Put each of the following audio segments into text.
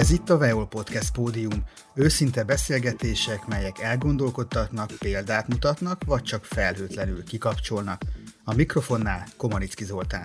Ez itt a Veol Podcast Pódium, őszinte beszélgetések, melyek elgondolkodtatnak, példát mutatnak, vagy csak felhőtlenül kikapcsolnak. A mikrofonnál Komanicki Zoltán.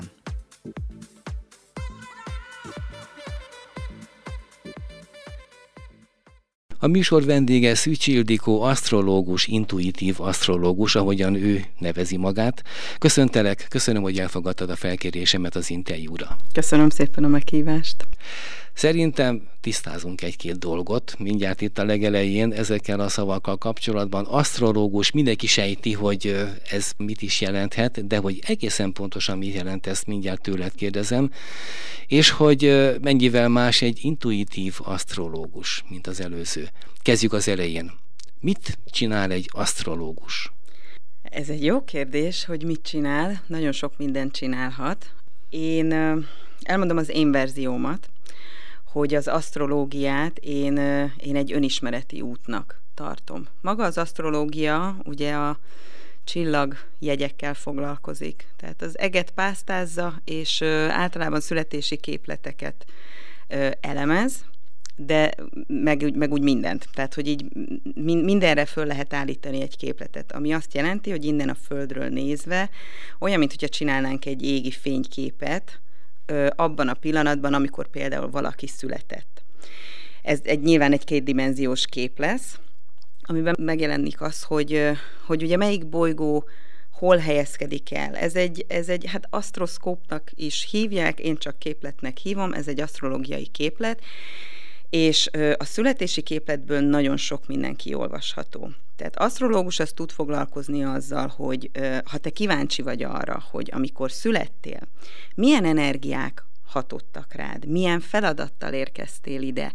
A műsor vendége Szűcs Ildikó, asztrológus, intuitív asztrológus, ahogyan ő nevezi magát. Köszöntelek, köszönöm, hogy elfogadtad a felkérésemet az interjúra. Köszönöm szépen a meghívást. Szerintem tisztázunk egy-két dolgot, mindjárt itt a legelején ezekkel a szavakkal kapcsolatban. Asztrológus, mindenki sejti, hogy ez mit is jelenthet, de hogy egészen pontosan mit jelent, ezt mindjárt tőled kérdezem, és hogy mennyivel más egy intuitív asztrológus, mint az előző. Kezdjük az elején. Mit csinál egy asztrológus? Ez egy jó kérdés, hogy mit csinál. Nagyon sok mindent csinálhat. Én elmondom az én verziómat, hogy az asztrológiát én egy önismereti útnak tartom. Maga az asztrológia ugye a csillagjegyekkel foglalkozik. Tehát az eget pásztázza, és általában születési képleteket elemez, de meg úgy mindent. Tehát, hogy így mindenre föl lehet állítani egy képletet, ami azt jelenti, hogy innen a Földről nézve, olyan, mintha csinálnánk egy égi fényképet, abban a pillanatban, amikor például valaki született. Ez nyilván egy kétdimenziós kép lesz, amiben megjelenik az, hogy ugye melyik bolygó hol helyezkedik el. Ez egy hát asztroszkópnak is hívják, én csak képletnek hívom, ez egy asztrológiai képlet, és a születési képletből nagyon sok minden kiolvasható. Tehát asztrológus az tud foglalkozni azzal, hogy ha te kíváncsi vagy arra, hogy amikor születtél, milyen energiák hatottak rád, milyen feladattal érkeztél ide,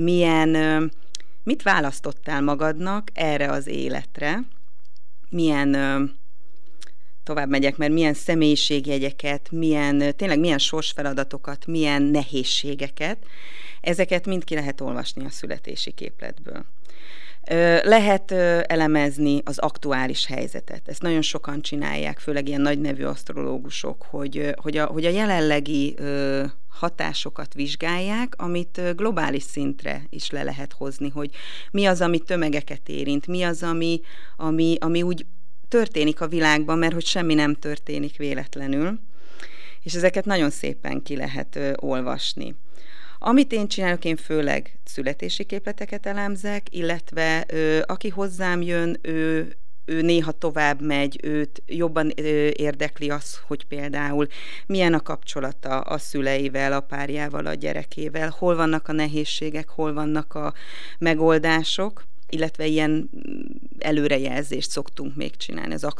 mit választottál magadnak erre az életre, tovább megyek, mert milyen személyiségjegyeket, milyen sorsfeladatokat, milyen nehézségeket, ezeket mind ki lehet olvasni a születési képletből. Lehet elemezni az aktuális helyzetet. Ezt nagyon sokan csinálják, főleg ilyen nagynevű asztrológusok, hogy a jelenlegi hatásokat vizsgálják, amit globális szintre is le lehet hozni, hogy mi az, ami tömegeket érint, mi az, ami úgy történik a világban, mert hogy semmi nem történik véletlenül, és ezeket nagyon szépen ki lehet olvasni. Amit én csinálok, én főleg születési képleteket elemzek, illetve aki hozzám jön, ő néha tovább megy, őt jobban érdekli az, hogy például milyen a kapcsolata a szüleivel, a párjával, a gyerekével, hol vannak a nehézségek, hol vannak a megoldások, illetve ilyen előrejelzést szoktunk még csinálni az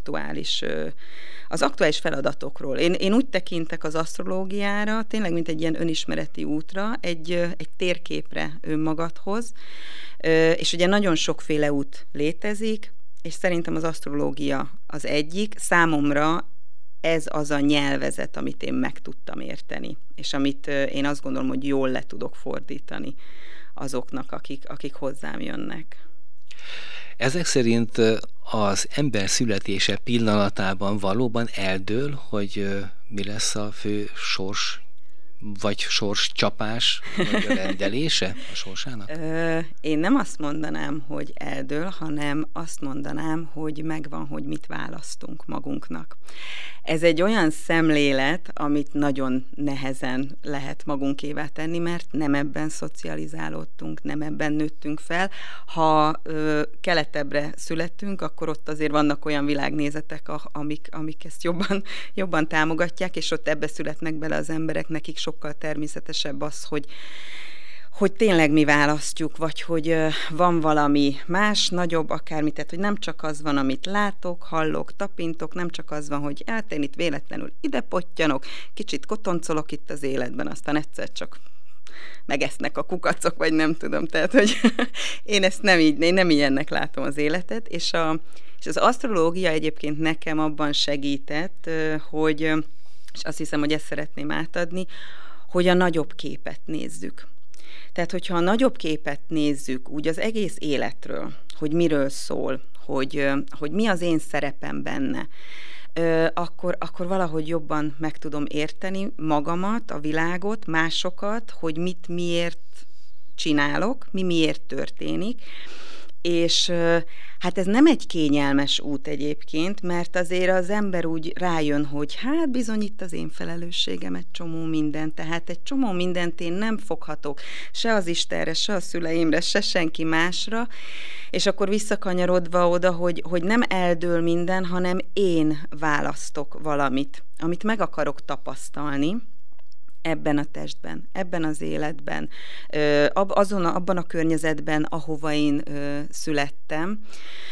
aktuális feladatokról. Én úgy tekintek az asztrológiára, tényleg mint egy ilyen önismereti útra, egy térképre önmagadhoz, és ugye nagyon sokféle út létezik, és szerintem az asztrológia az egyik. Számomra ez az a nyelvezet, amit én meg tudtam érteni, és amit én azt gondolom, hogy jól le tudok fordítani azoknak, akik hozzám jönnek. Ezek szerint az ember születése pillanatában valóban eldől, hogy mi lesz a fő sors, vagy sorscsapás, vagy a rendelése a sorsának? Én nem azt mondanám, hogy eldől, hanem azt mondanám, hogy megvan, hogy mit választunk magunknak. Ez egy olyan szemlélet, amit nagyon nehezen lehet magunkévá tenni, mert nem ebben szocializálódtunk, nem ebben nőttünk fel. Ha keletebbre születtünk, akkor ott azért vannak olyan világnézetek, amik ezt jobban támogatják, és ott ebbe születnek bele az emberek, nekik sokkal természetesebb az, hogy tényleg mi választjuk, vagy hogy van valami más, nagyobb, akármit, tehát hogy nem csak az van, amit látok, hallok, tapintok, nem csak az van, hogy én itt véletlenül ide pottyanok, kicsit kotoncolok itt az életben, aztán egyszer csak megesznek a kukacok, vagy nem tudom, tehát hogy én ezt nem ilyennek látom az életet, és az asztrológia egyébként nekem abban segített, hogy, és azt hiszem, hogy ezt szeretném átadni, hogy a nagyobb képet nézzük. Tehát, hogyha a nagyobb képet nézzük úgy az egész életről, hogy miről szól, hogy mi az én szerepem benne, akkor valahogy jobban meg tudom érteni magamat, a világot, másokat, hogy mit miért csinálok, mi miért történik, és hát ez nem egy kényelmes út egyébként, mert azért az ember úgy rájön, hogy hát bizony itt az én felelősségem egy csomó minden, tehát egy csomó mindent én nem foghatok se az Istenre, se a szüleimre, se senki másra, és akkor visszakanyarodva oda, hogy nem eldől minden, hanem én választok valamit, amit meg akarok tapasztalni, ebben a testben, ebben az életben, abban a környezetben, ahova én születtem.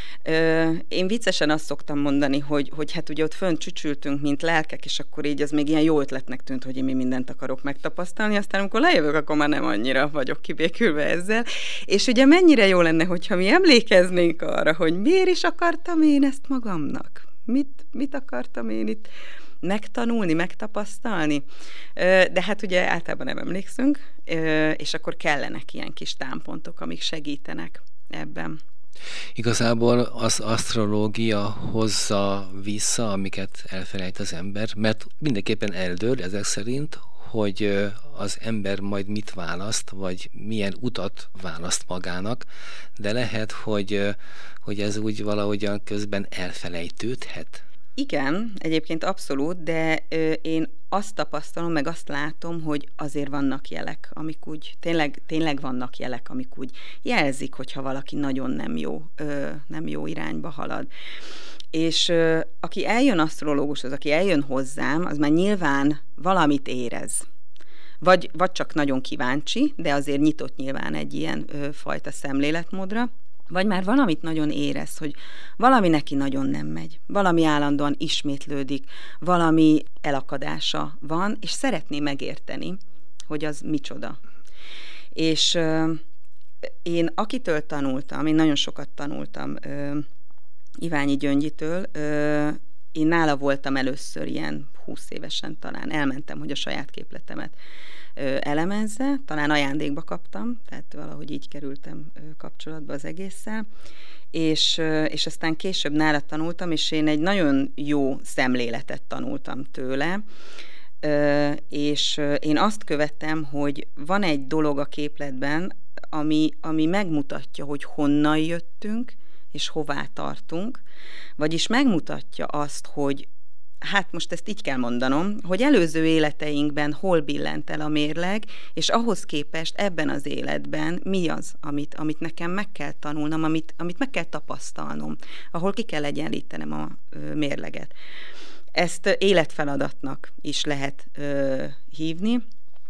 Én viccesen azt szoktam mondani, hogy hát ugye ott fönt csücsültünk, mint lelkek, és akkor így az még ilyen jó ötletnek tűnt, hogy én mi mindent akarok megtapasztalni, aztán amikor lejövök, akkor már nem annyira vagyok kibékülve ezzel. És ugye mennyire jó lenne, hogyha mi emlékeznénk arra, hogy miért is akartam én ezt magamnak? Mit akartam én itt megtanulni, megtapasztalni, de hát ugye általában nem emlékszünk, és akkor kellenek ilyen kis támpontok, amik segítenek ebben. Igazából az asztrológia hozza vissza, amiket elfelejt az ember, mert mindenképpen eldől ezek szerint, hogy az ember majd mit választ, vagy milyen utat választ magának, de lehet, hogy ez úgy valahogyan közben elfelejtődhet. Igen, egyébként abszolút, de én azt tapasztalom, meg azt látom, hogy azért vannak jelek, amik úgy, tényleg vannak jelek, amik úgy jelzik, hogyha valaki nagyon nem jó irányba halad. És aki eljön asztrológushoz, aki eljön hozzám, az már nyilván valamit érez. Vagy csak nagyon kíváncsi, de azért nyitott nyilván egy ilyen fajta szemléletmódra, vagy már valamit nagyon érez, hogy valami neki nagyon nem megy, valami állandóan ismétlődik, valami elakadása van, és szeretné megérteni, hogy az micsoda. És én akitől tanultam, én nagyon sokat tanultam Iványi Gyöngyitől, én nála voltam először ilyen 20 évesen talán, elmentem, hogy a saját képletemet elemezze, talán ajándékba kaptam, tehát valahogy így kerültem kapcsolatba az egésszel, és aztán később nála tanultam, és én egy nagyon jó szemléletet tanultam tőle, és én azt követtem, hogy van egy dolog a képletben, ami megmutatja, hogy honnan jöttünk, és hová tartunk, vagyis megmutatja azt, hogy hát most ezt így kell mondanom, hogy előző életeinkben hol billent el a mérleg, és ahhoz képest ebben az életben mi az, amit nekem meg kell tanulnom, amit meg kell tapasztalnom, ahol ki kell egyenlítenem a mérleget. Ezt életfeladatnak is lehet hívni.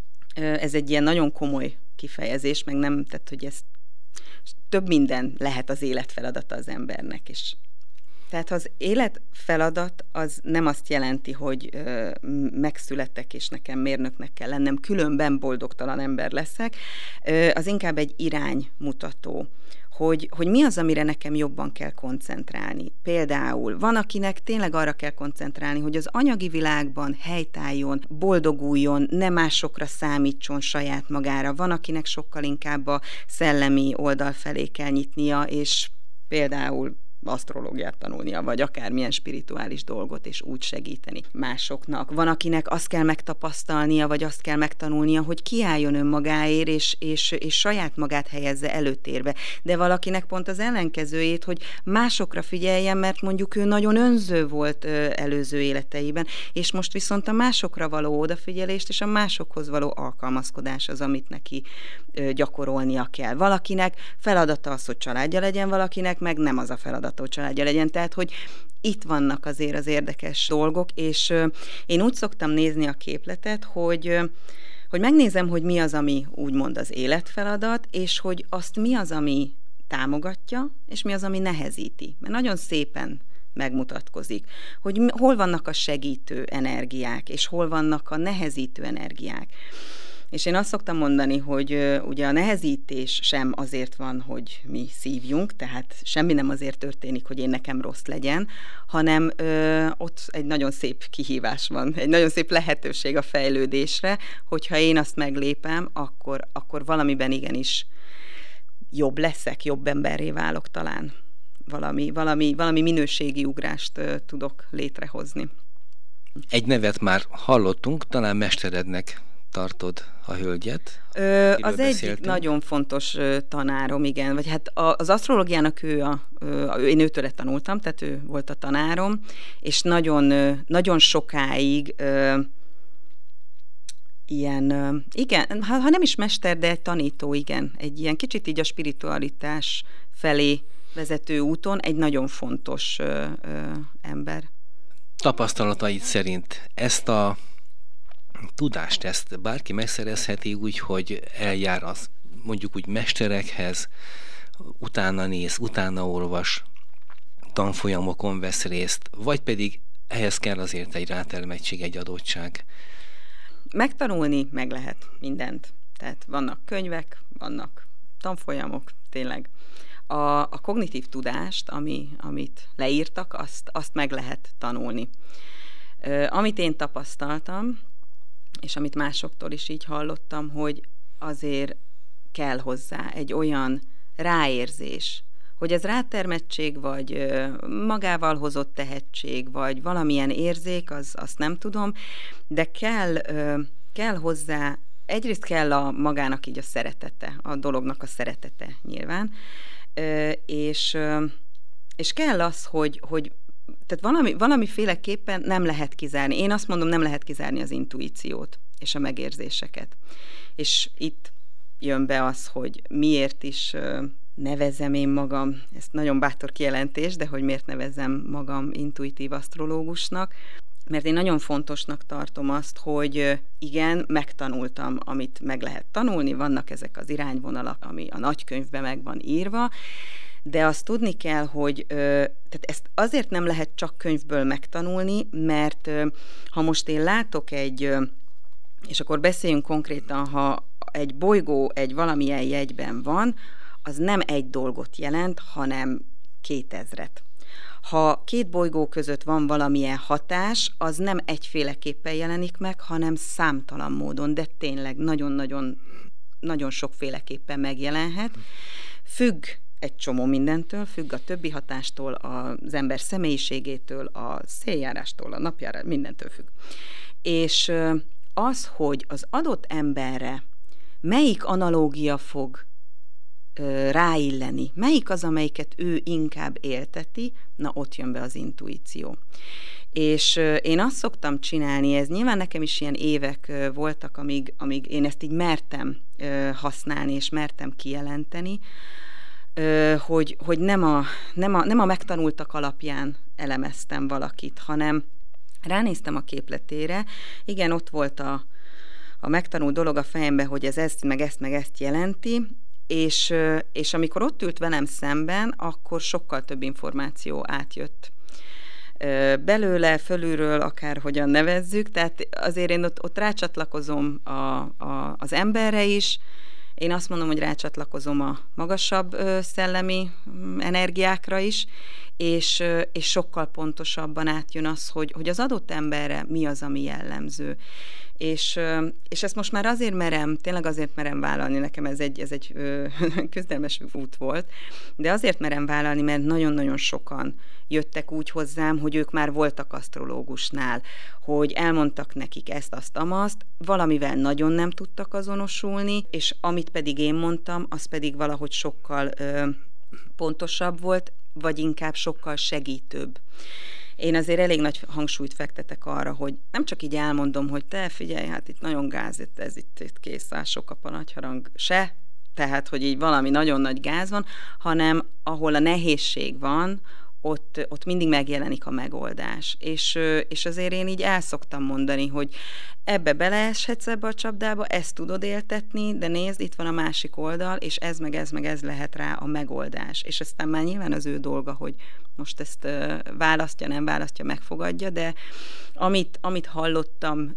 Ez egy ilyen nagyon komoly kifejezés, meg nem, tehát hogy ez több minden lehet az életfeladata az embernek, és tehát az életfeladat az nem azt jelenti, hogy megszületek, és nekem mérnöknek kell lennem, különben boldogtalan ember leszek, az inkább egy iránymutató, hogy mi az, amire nekem jobban kell koncentrálni. Például van, akinek tényleg arra kell koncentrálni, hogy az anyagi világban helytálljon, boldoguljon, ne másokra számítson saját magára. Van, akinek sokkal inkább a szellemi oldal felé kell nyitnia, és például asztrológiát tanulnia, vagy akármilyen spirituális dolgot, és úgy segíteni másoknak. Van, akinek azt kell megtapasztalnia, vagy azt kell megtanulnia, hogy kiálljon önmagáért, és saját magát helyezze előtérbe. De valakinek pont az ellenkezőjét, hogy másokra figyeljen, mert mondjuk ő nagyon önző volt előző életeiben, és most viszont a másokra való odafigyelést, és a másokhoz való alkalmazkodás az, amit neki gyakorolnia kell. Valakinek feladata az, hogy családja legyen, valakinek meg nem az a feladat, hogy családja legyen. Tehát, hogy itt vannak azért az érdekes dolgok, és én úgy szoktam nézni a képletet, hogy megnézem, hogy mi az, ami úgymond az életfeladat, és hogy azt mi az, ami támogatja, és mi az, ami nehezíti. Mert nagyon szépen megmutatkozik, hogy hol vannak a segítő energiák, és hol vannak a nehezítő energiák. És én azt szoktam mondani, hogy ugye a nehezítés sem azért van, hogy mi szívjunk, tehát semmi nem azért történik, hogy én nekem rossz legyen, hanem ott egy nagyon szép kihívás van, egy nagyon szép lehetőség a fejlődésre, hogyha én azt meglépem, akkor valamiben igenis jobb leszek, jobb emberré válok talán. Valami minőségi ugrást tudok létrehozni. Egy nevet már hallottunk, talán mesterednek tartod a hölgyet? Az egyik nagyon fontos tanárom, igen. Vagy hát az asztrológiának én őtőle tanultam, tehát ő volt a tanárom, és nagyon sokáig ilyen, igen, ha nem is mester, de egy tanító, igen. Egy ilyen kicsit így a spiritualitás felé vezető úton egy nagyon fontos ember. Tapasztalataid szerint ezt a tudást, ezt bárki megszerezheti úgy, hogy eljár az mondjuk úgy mesterekhez, utána néz, utána olvas, tanfolyamokon vesz részt, vagy pedig ehhez kell azért egy rátermettség, egy adottság? Megtanulni meg lehet mindent. Tehát vannak könyvek, vannak tanfolyamok, tényleg. A kognitív tudást, amit leírtak, azt meg lehet tanulni. Amit én tapasztaltam, és amit másoktól is így hallottam, hogy azért kell hozzá egy olyan ráérzés, hogy ez rátermettség, vagy magával hozott tehetség, vagy valamilyen érzék, azt nem tudom, de kell hozzá, egyrészt kell a magának így a szeretete, a dolognak a szeretete nyilván, és kell az, hogy tehát valamiféleképpen nem lehet kizárni. Én azt mondom, nem lehet kizárni az intuíciót és a megérzéseket. És itt jön be az, hogy miért is nevezem én magam, ezt nagyon bátor kijelentés, de hogy miért nevezem magam intuitív asztrológusnak, mert én nagyon fontosnak tartom azt, hogy igen, megtanultam, amit meg lehet tanulni, vannak ezek az irányvonalak, ami a nagykönyvben meg van írva, de azt tudni kell, hogy tehát ezt azért nem lehet csak könyvből megtanulni, mert ha most én látok és akkor beszéljünk konkrétan, ha egy bolygó egy valamilyen jegyben van, az nem egy dolgot jelent, hanem 2000-et. Ha két bolygó között van valamilyen hatás, az nem egyféleképpen jelenik meg, hanem számtalan módon, de tényleg nagyon sokféleképpen megjelenhet. Függ egy csomó mindentől, függ a többi hatástól, az ember személyiségétől, a széljárástól, a napjárás, mindentől függ. És az, hogy az adott emberre melyik analógia fog ráilleni, melyik az, amelyiket ő inkább élteti, na ott jön be az intuíció. És én azt szoktam csinálni, ez nyilván nekem is ilyen évek voltak, amíg én ezt így mertem használni, és mertem kijelenteni, hogy nem a megtanultak alapján elemeztem valakit, hanem ránéztem a képletére, igen, ott volt a megtanult dolog a fejemben, hogy ez ezt, meg ezt jelenti, és amikor ott ült velem szemben, akkor sokkal több információ átjött belőle, fölülről, akárhogyan nevezzük, tehát azért én ott rácsatlakozom az emberre is, én azt mondom, hogy rácsatlakozom a magasabb szellemi energiákra is, és sokkal pontosabban átjön az, hogy az adott emberre mi az, ami jellemző. És ezt most már tényleg azért merem vállalni, nekem ez egy küzdelmes út volt, de azért merem vállalni, mert nagyon-nagyon sokan jöttek úgy hozzám, hogy ők már voltak asztrológusnál, hogy elmondtak nekik ezt, azt, amazt, valamivel nagyon nem tudtak azonosulni, és amit pedig én mondtam, az pedig valahogy sokkal pontosabb volt, vagy inkább sokkal segítőbb. Én azért elég nagy hangsúlyt fektetek arra, hogy nem csak így elmondom, hogy te figyelj, hát itt nagyon gáz, itt kész, sok a nagyharang se, tehát, hogy így valami nagyon nagy gáz van, hanem ahol a nehézség van, ott mindig megjelenik a megoldás. És azért én így el szoktam mondani, hogy ebbe beleeshetsz ebbe a csapdába, ezt tudod éltetni, de nézd, itt van a másik oldal, és ez lehet rá a megoldás. És aztán már nyilván az ő dolga, hogy most ezt választja, nem választja, megfogadja, de amit hallottam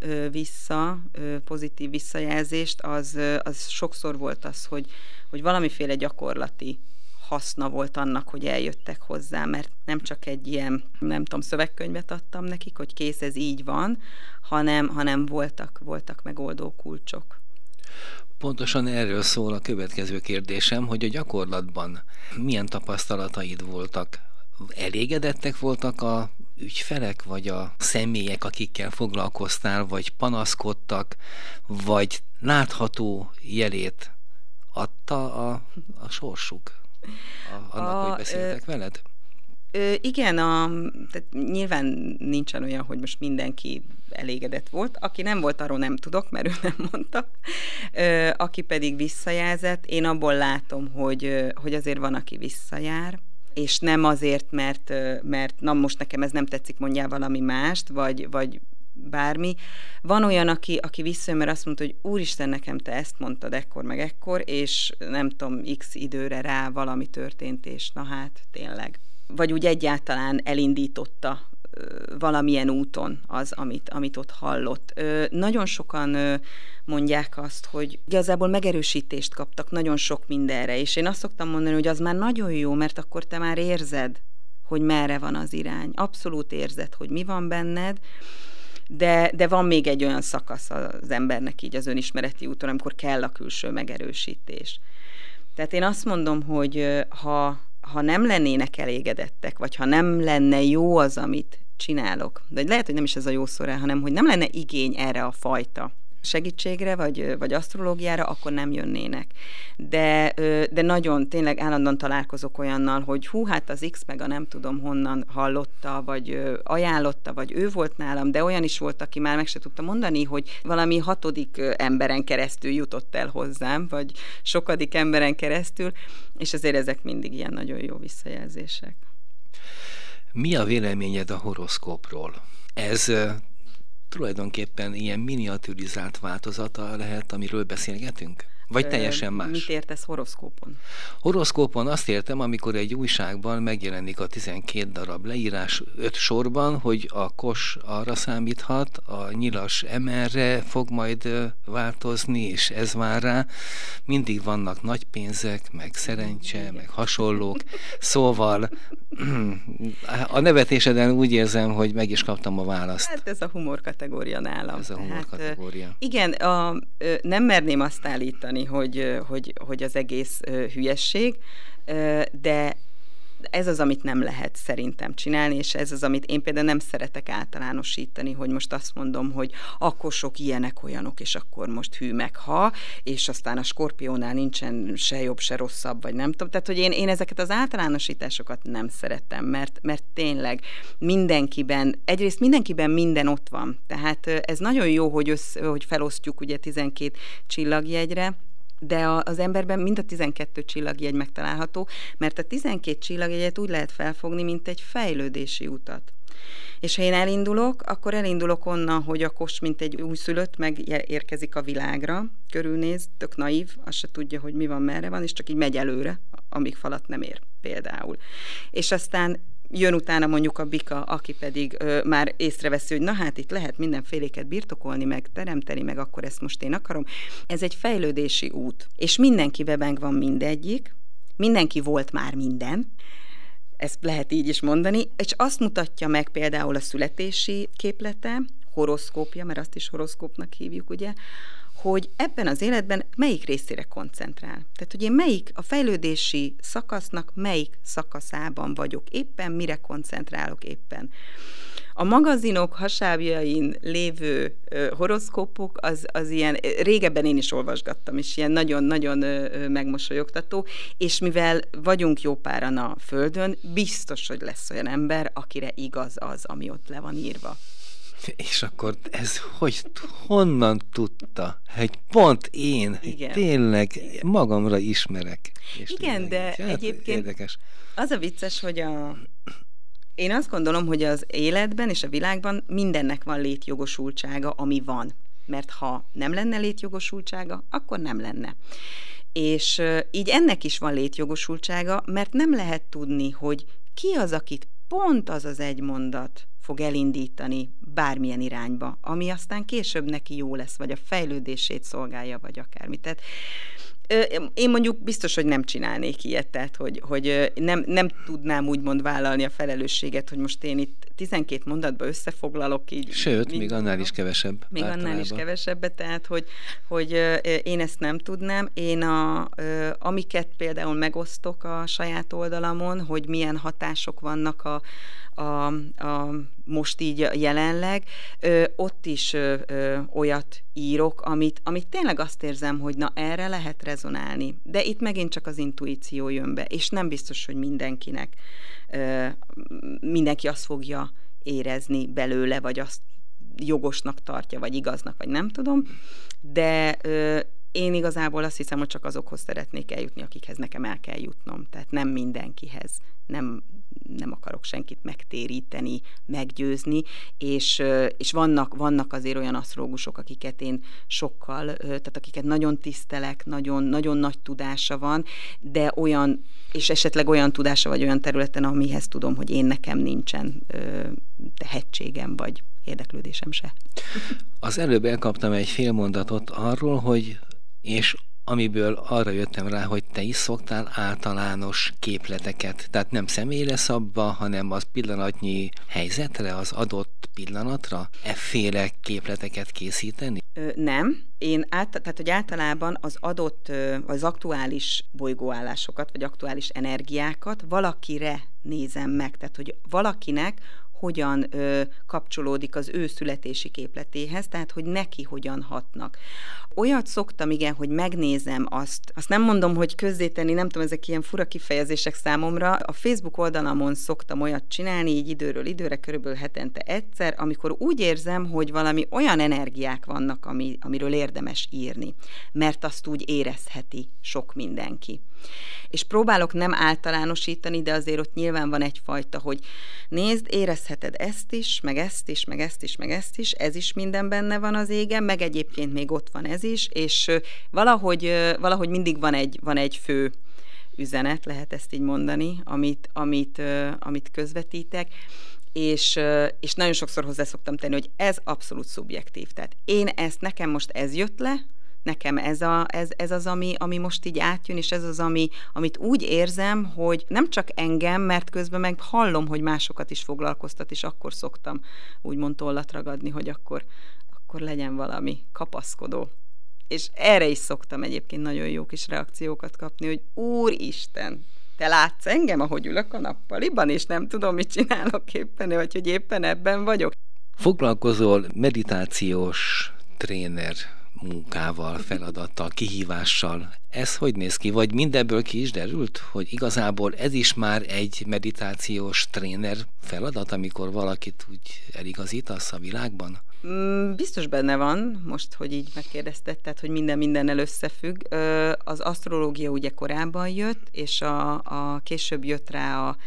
pozitív visszajelzést, az sokszor volt az, hogy valamiféle gyakorlati haszna volt annak, hogy eljöttek hozzá, mert nem csak egy ilyen, nem tudom, szövegkönyvet adtam nekik, hogy kész, ez így van, hanem voltak megoldó kulcsok. Pontosan erről szól a következő kérdésem, hogy a gyakorlatban milyen tapasztalataid voltak? Elégedettek voltak a ügyfelek, vagy a személyek, akikkel foglalkoztál, vagy panaszkodtak, vagy látható jelét adta a sorsuk annak, hogy beszéltek veled? Igen, tehát nyilván nincsen olyan, hogy most mindenki elégedett volt. Aki nem volt, arról nem tudok, mert ő nem mondta. Aki pedig visszajelzett, én abból látom, hogy azért van, aki visszajár, és nem azért, mert na most nekem ez nem tetszik, mondjál valami mást, vagy bármi. Van olyan, aki visszajön, mert azt mondta, hogy úristen, nekem te ezt mondtad ekkor, meg ekkor, és nem tudom, x időre rá valami történt, és na hát, tényleg. Vagy úgy egyáltalán elindította valamilyen úton az, amit ott hallott. Nagyon sokan mondják azt, hogy igazából megerősítést kaptak nagyon sok mindenre, és én azt szoktam mondani, hogy az már nagyon jó, mert akkor te már érzed, hogy merre van az irány. Abszolút érzed, hogy mi van benned, de van még egy olyan szakasz az embernek így az önismereti úton, amikor kell a külső megerősítés. Tehát én azt mondom, hogy ha nem lennének elégedettek, vagy ha nem lenne jó az, amit csinálok, de lehet, hogy nem is ez a jó szó rá, hanem hogy nem lenne igény erre a fajta segítségre, vagy asztrológiára, akkor nem jönnének. De nagyon tényleg állandóan találkozok olyannal, hogy hát az X meg a nem tudom honnan hallotta, vagy ajánlotta, vagy ő volt nálam, de olyan is volt, aki már meg se tudta mondani, hogy valami 6. emberen keresztül jutott el hozzám, vagy sokadik emberen keresztül, és azért ezek mindig ilyen nagyon jó visszajelzések. Mi a véleményed a horoszkópról? Ez tulajdonképpen ilyen miniaturizált változata lehet, amiről beszélgetünk? Vagy teljesen más? Mit értesz horoszkópon? Horoszkópon azt értem, amikor egy újságban megjelenik a 12 darab leírás 5 sorban, hogy a kos arra számíthat, a nyilas emerre fog majd változni, és ez vár rá. Mindig vannak nagy pénzek, meg szerencse, meg hasonlók. Szóval a nevetéseden úgy érzem, hogy meg is kaptam a választ. Hát ez a humor kategória nálam. Ez a humor kategória. Igen, nem merném azt állítani, hogy az egész hülyesség, de ez az, amit nem lehet szerintem csinálni, és ez az, amit én például nem szeretek általánosítani, hogy most azt mondom, hogy akkor sok ilyenek, olyanok, és akkor most hű meg ha, és aztán a Skorpiónál nincsen se jobb, se rosszabb, vagy nem tudom. Tehát, hogy én ezeket az általánosításokat nem szeretem, mert tényleg egyrészt mindenkiben minden ott van. Tehát ez nagyon jó, hogy felosztjuk ugye 12 csillagjegyre, de az emberben mind a 12 csillagjegy megtalálható, mert a 12 csillagjegyet úgy lehet felfogni, mint egy fejlődési utat. És ha én elindulok, akkor elindulok onnan, hogy a kos, mint egy újszülött, megérkezik a világra, körülnéz, tök naív, azt se tudja, hogy mi van, merre van, és csak így megy előre, amíg falat nem ér, például. És aztán jön utána mondjuk a bika, aki pedig már észreveszi, hogy na hát itt lehet mindenféléket birtokolni, meg teremteni, meg akkor ezt most én akarom. Ez egy fejlődési út. És mindenkiben benne van mindegyik, mindenki volt már minden, ezt lehet így is mondani, és azt mutatja meg például a születési képlete, horoszkópja, mert azt is horoszkópnak hívjuk, ugye, hogy ebben az életben melyik részére koncentrál. Tehát, hogy én a fejlődési szakasznak melyik szakaszában vagyok éppen, mire koncentrálok éppen. A magazinok hasábjain lévő horoszkópok, az ilyen, régebben én is olvasgattam, és ilyen nagyon-nagyon megmosolyogtató, és mivel vagyunk jó páran a Földön, biztos, hogy lesz olyan ember, akire igaz az, ami ott le van írva. És akkor ez honnan tudta? Hogy pont én tényleg magamra ismerek. Igen, de egyébként érdekes. Az a vicces, hogy én azt gondolom, hogy az életben és a világban mindennek van létjogosultsága, ami van. Mert ha nem lenne létjogosultsága, akkor nem lenne. És így ennek is van létjogosultsága, mert nem lehet tudni, hogy ki az, akit pont az egy mondat fog elindítani bármilyen irányba, ami aztán később neki jó lesz, vagy a fejlődését szolgálja, vagy akármi. Tehát Én mondjuk biztos, hogy nem csinálnék ilyet, tehát hogy nem tudnám úgymond vállalni a felelősséget, hogy most én itt 12 mondatba összefoglalok így. Sőt, még annál is kevesebb. Még annál is kevesebbet, tehát hogy én ezt nem tudnám. Én amiket például megosztok a saját oldalamon, hogy milyen hatások vannak a most így jelenleg, ott is olyat írok, amit tényleg azt érzem, hogy na erre lehet rezonálni. De itt megint csak az intuíció jön be, és nem biztos, hogy mindenki azt fogja érezni belőle, vagy azt jogosnak tartja, vagy igaznak, vagy nem tudom, de én igazából azt hiszem, hogy csak azokhoz szeretnék eljutni, akikhez nekem el kell jutnom. Tehát nem mindenkihez. Nem akarok senkit megtéríteni, meggyőzni, és vannak azért olyan asztrológusok, akiket én sokkal, tehát akiket nagyon tisztelek, nagyon, nagyon nagy tudása van, de olyan, és esetleg olyan tudása vagy olyan területen, amihez tudom, hogy nekem nincsen tehetségem, vagy érdeklődésem se. Az előbb elkaptam egy fél mondatot arról, hogy és amiből arra jöttem rá, hogy te is szoktál általános képleteket, tehát nem személyre szabva, hanem az pillanatnyi helyzetre, az adott pillanatra efféle képleteket készíteni? Nem. Tehát, hogy általában az adott, az aktuális bolygóállásokat, vagy aktuális energiákat valakire nézem meg, tehát, hogy valakinek hogyan kapcsolódik az ő születési képletéhez, tehát hogy neki hogyan hatnak. Olyat szoktam, igen, hogy megnézem azt nem mondom, hogy közzétenni, nem tudom, ezek ilyen fura kifejezések számomra. A Facebook oldalamon szoktam olyat csinálni, így időről időre, körülbelül hetente egyszer, amikor úgy érzem, hogy valami olyan energiák vannak, amiről érdemes írni, mert azt úgy érezheti sok mindenki. És próbálok nem általánosítani, de azért ott nyilván van egyfajta, hogy nézd, érezheted ezt is, meg ezt is, meg ezt is, meg ezt is, ez is minden benne van az égen, meg egyébként még ott van ez is, és valahogy mindig van egy fő üzenet, lehet ezt így mondani, amit közvetítek, és nagyon sokszor hozzá szoktam tenni, hogy ez abszolút szubjektív. Tehát nekem most ez jött le, nekem ez az, ami most így átjön, és ez az, amit úgy érzem, hogy nem csak engem, mert közben meg hallom, hogy másokat is foglalkoztat, és akkor szoktam úgymond tollat ragadni, hogy akkor legyen valami kapaszkodó. És erre is szoktam egyébként nagyon jó kis reakciókat kapni, hogy Úristen, te látsz engem, ahogy ülök a nappaliban, és nem tudom, mit csinálok éppen, vagy hogy éppen ebben vagyok. Foglalkozol meditációs tréner munkával, feladattal, kihívással. Ez hogy néz ki? Vagy mindebből ki is derült, hogy igazából ez is már egy meditációs tréner feladat, amikor valakit úgy eligazítasz a világban? Biztos benne van, most, hogy így megkérdezted, tehát, hogy minden mindennel összefügg. Az asztrológia ugye korábban jött, és a később jött rá a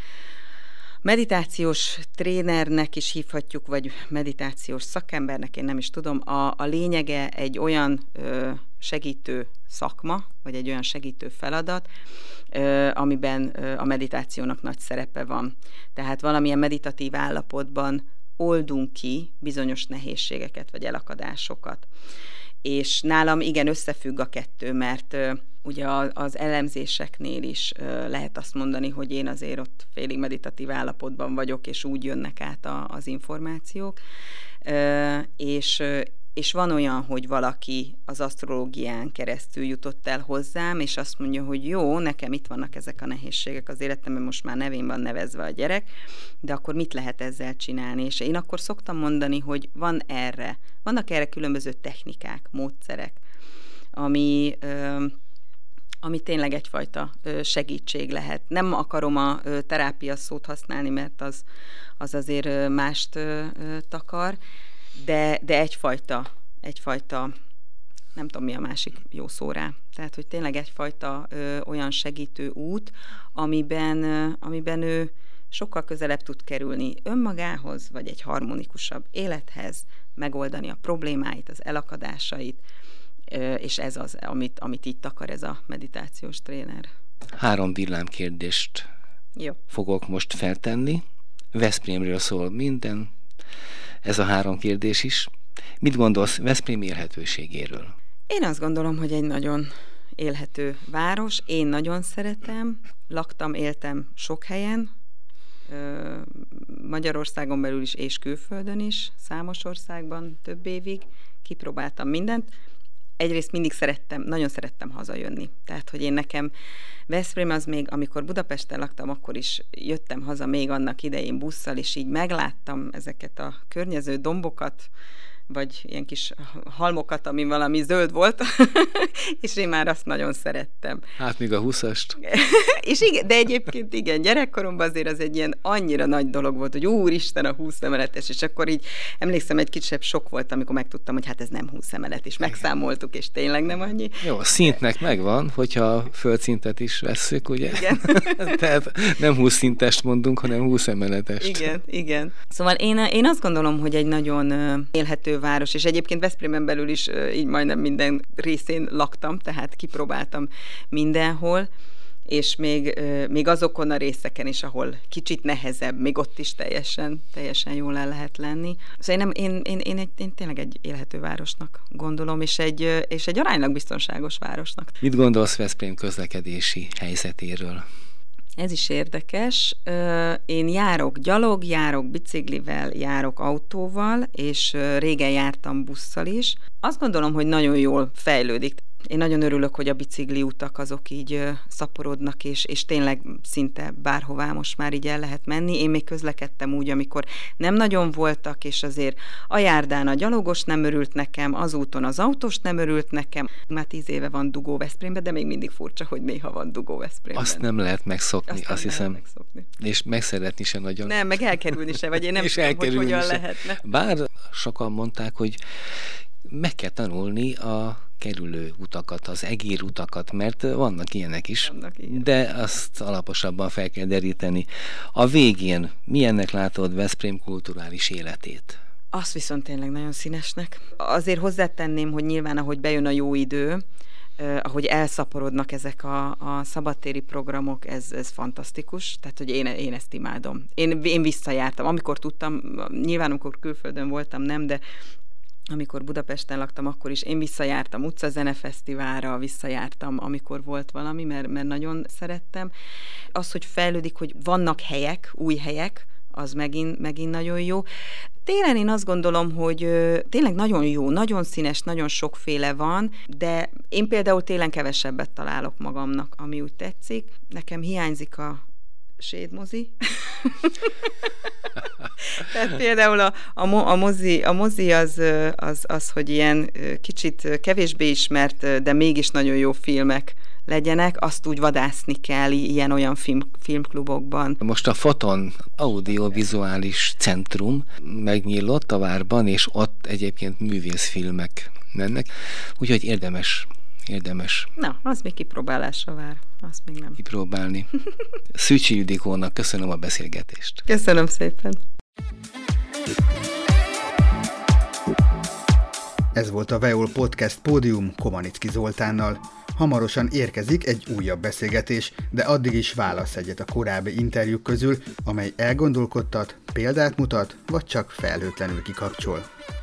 meditációs trénernek is hívhatjuk, vagy meditációs szakembernek, én nem is tudom. A lényege egy olyan segítő szakma, vagy egy olyan segítő feladat, amiben a meditációnak nagy szerepe van. Tehát valamilyen meditatív állapotban oldunk ki bizonyos nehézségeket, vagy elakadásokat. És nálam igen összefügg a kettő, mert ugye az elemzéseknél is lehet azt mondani, hogy én azért ott félig meditatív állapotban vagyok, és úgy jönnek át az információk. És van olyan, hogy valaki az asztrológián keresztül jutott el hozzám, és azt mondja, hogy jó, nekem itt vannak ezek a nehézségek az életemben, most már nevén van nevezve a gyerek, de akkor mit lehet ezzel csinálni? És én akkor szoktam mondani, hogy vannak erre különböző technikák, módszerek, ami tényleg egyfajta segítség lehet. Nem akarom a terápia szót használni, mert az azért mást takar, de egyfajta, nem tudom mi a másik jó szó rá, tehát hogy tényleg egyfajta olyan segítő út, amiben ő sokkal közelebb tud kerülni önmagához, vagy egy harmonikusabb élethez, megoldani a problémáit, az elakadásait, és ez az, amit itt akar ez a meditációs tréner. 3 villámkérdést fogok most feltenni. Veszprémről szól minden, ez a 3 kérdés is. Mit gondolsz Veszprém élhetőségéről? Én azt gondolom, hogy egy nagyon élhető város. Én nagyon szeretem, laktam, éltem sok helyen, Magyarországon belül is és külföldön is, számos országban, több évig, kipróbáltam mindent. Egyrészt mindig nagyon szerettem hazajönni. Tehát, hogy én nekem Veszprém az még, amikor Budapesten laktam, akkor is jöttem haza még annak idején busszal, és így megláttam ezeket a környező dombokat, vagy ilyen kis halmokat, ami valami zöld volt, és én már azt nagyon szerettem. Hát még a 20-ast. És igen, de egyébként igen, gyerekkoromban azért az egy ilyen annyira nagy dolog volt, hogy úristen, a 20 emeletes, és akkor így emlékszem, egy kisebb sok volt, amikor megtudtam, hogy hát ez nem 20 emelet, és megszámoltuk, és tényleg nem annyi. Jó, a szintnek megvan, hogyha földszintet is vesszük, ugye? Igen. Tehát nem 20 szintest mondunk, hanem 20 emeletest. Igen, igen. Szóval én azt gondolom, hogy egy nagyon élhető város, és egyébként Veszprémen belül is így majdnem minden részén laktam, tehát kipróbáltam mindenhol, és még azokon a részeken is, ahol kicsit nehezebb, még ott is teljesen jól el lehet lenni. Szóval én tényleg egy élhető városnak gondolom, és egy aránylag biztonságos városnak. Mit gondolsz Veszprém közlekedési helyzetéről? Ez is érdekes. Én járok gyalog, járok biciklivel, járok autóval, és régen jártam busszal is. Azt gondolom, hogy nagyon jól fejlődik. Én nagyon örülök, hogy a bicikli utak azok így szaporodnak, és tényleg szinte bárhová most már így el lehet menni. Én még közlekedtem úgy, amikor nem nagyon voltak, és azért a járdán a gyalogos nem örült nekem, az úton az autós nem örült nekem. Már 10 éve van dugó Veszprémben, de még mindig furcsa, hogy néha van dugó Veszprémben. Azt nem lehet megszokni, azt hiszem. Megszokni. És megszeretni se nagyon. Nem, meg elkerülni se, vagy én nem tudom, hogy hogyan lehetne. Bár sokan mondták, hogy meg kell tanulni a kerülő utakat, az egérutakat, mert vannak ilyenek is, de azt alaposabban fel kell deríteni. A végén milyennek látod Veszprém kulturális életét? Azt viszont tényleg nagyon színesnek. Azért hozzátenném, hogy nyilván, ahogy bejön a jó idő, ahogy elszaporodnak ezek a szabadtéri programok, ez fantasztikus, tehát hogy én ezt imádom. Én visszajártam, amikor tudtam, nyilván amikor külföldön voltam, nem, de amikor Budapesten laktam, akkor is én visszajártam utcazenefesztiválra, visszajártam, amikor volt valami, mert nagyon szerettem. Az, hogy fejlődik, hogy vannak helyek, új helyek, az megint nagyon jó. Télen én azt gondolom, hogy tényleg nagyon jó, nagyon színes, nagyon sokféle van, de én például télen kevesebbet találok magamnak, ami úgy tetszik. Nekem hiányzik a sédmozi. Tehát például a mozi az, hogy ilyen kicsit kevésbé ismert, de mégis nagyon jó filmek legyenek, azt úgy vadászni kell ilyen-olyan filmklubokban. Most a Foton audiovizuális centrum megnyílott a várban, és ott egyébként művészfilmek mennek, úgyhogy érdemes. Na, az még kipróbálásra vár, azt még nem. Kipróbálni. Szűcsi Ildikónak köszönöm a beszélgetést. Köszönöm szépen. Ez volt a Veol Podcast Pódium Komanicki Zoltánnal. Hamarosan érkezik egy újabb beszélgetés, de addig is válasz egyet a korábbi interjúk közül, amely elgondolkodtat, példát mutat, vagy csak felhőtlenül kikapcsol.